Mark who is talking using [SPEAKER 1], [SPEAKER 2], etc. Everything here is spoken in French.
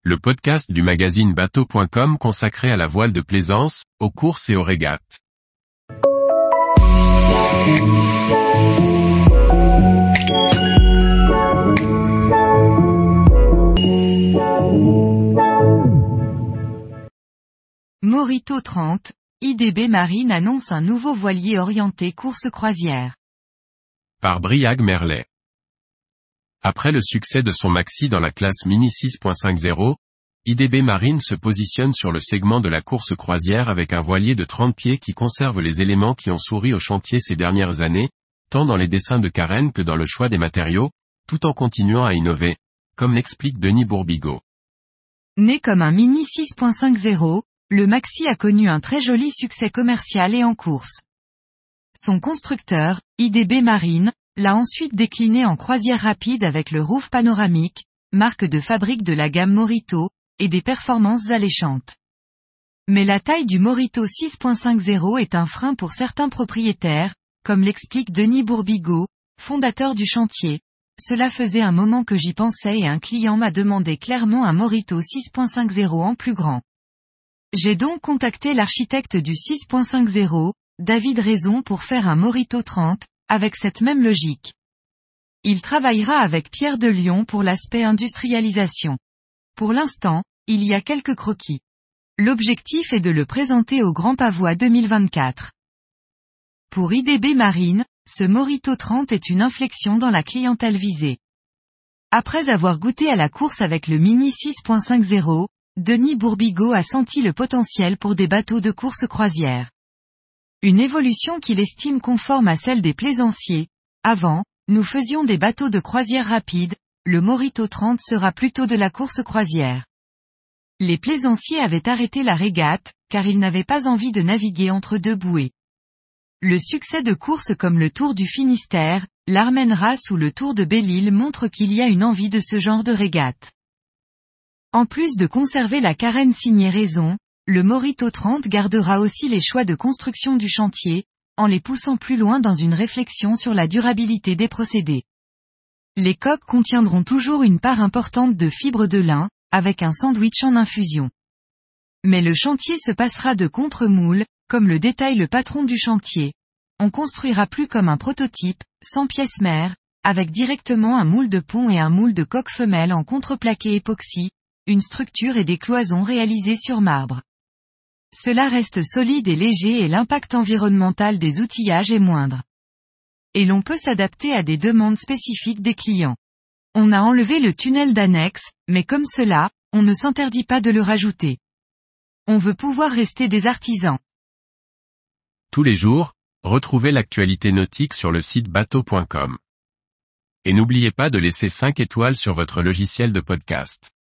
[SPEAKER 1] le podcast du magazine bateau.com consacré à la voile de plaisance, aux courses et aux régates.
[SPEAKER 2] Morito 30, IDB Marine annonce un nouveau voilier orienté course croisière.
[SPEAKER 1] Par Briag Merlet. Après le succès de son maxi dans la classe Mini 6.50, IDB Marine se positionne sur le segment de la course croisière avec un voilier de 30 pieds qui conserve les éléments qui ont souri au chantier ces dernières années, tant dans les dessins de carène que dans le choix des matériaux, tout en continuant à innover, comme l'explique Denis Bourbigo.
[SPEAKER 2] Né comme un Mini 6.50, le maxi a connu un très joli succès commercial et en course. Son constructeur, IDB Marine, l'a ensuite décliné en croisière rapide avec le roof panoramique, marque de fabrique de la gamme Morito, et des performances alléchantes. Mais la taille du Morito 6.50 est un frein pour certains propriétaires, comme l'explique Denis Bourbigo, fondateur du chantier. Cela faisait un moment que j'y pensais et un client m'a demandé clairement un Morito 6.50 en plus grand. J'ai donc contacté l'architecte du 6.50, David Raison pour faire un Morito 30, avec cette même logique. Il travaillera avec Pierre de Lion pour l'aspect industrialisation. Pour l'instant, il y a quelques croquis. L'objectif est de le présenter au Grand Pavois 2024. Pour IDB Marine, ce Morito 30 est une inflexion dans la clientèle visée. Après avoir goûté à la course avec le Mini 6.50, Denis Bourbigo a senti le potentiel pour des bateaux de course croisière. Une évolution qu'il estime conforme à celle des plaisanciers. Avant, nous faisions des bateaux de croisière rapides, le Morito 30 sera plutôt de la course croisière. Les plaisanciers avaient arrêté la régate, car ils n'avaient pas envie de naviguer entre deux bouées. Le succès de courses comme le Tour du Finistère, l'Armen Race ou le Tour de Belle-Île montre qu'il y a une envie de ce genre de régate. En plus de conserver la carène signée Raison, le Morito 30 gardera aussi les choix de construction du chantier, en les poussant plus loin dans une réflexion sur la durabilité des procédés. Les coques contiendront toujours une part importante de fibres de lin, avec un sandwich en infusion. Mais le chantier se passera de contre-moule, comme le détaille le patron du chantier. On construira plus comme un prototype, sans pièces mères, avec directement un moule de pont et un moule de coque femelle en contreplaqué époxy, une structure et des cloisons réalisées sur marbre. Cela reste solide et léger et l'impact environnemental des outillages est moindre. Et l'on peut s'adapter à des demandes spécifiques des clients. On a enlevé le tunnel d'annexe, mais comme cela, on ne s'interdit pas de le rajouter. On veut pouvoir rester des artisans.
[SPEAKER 1] Tous les jours, retrouvez l'actualité nautique sur le site bateau.com. Et n'oubliez pas de laisser 5 étoiles sur votre logiciel de podcast.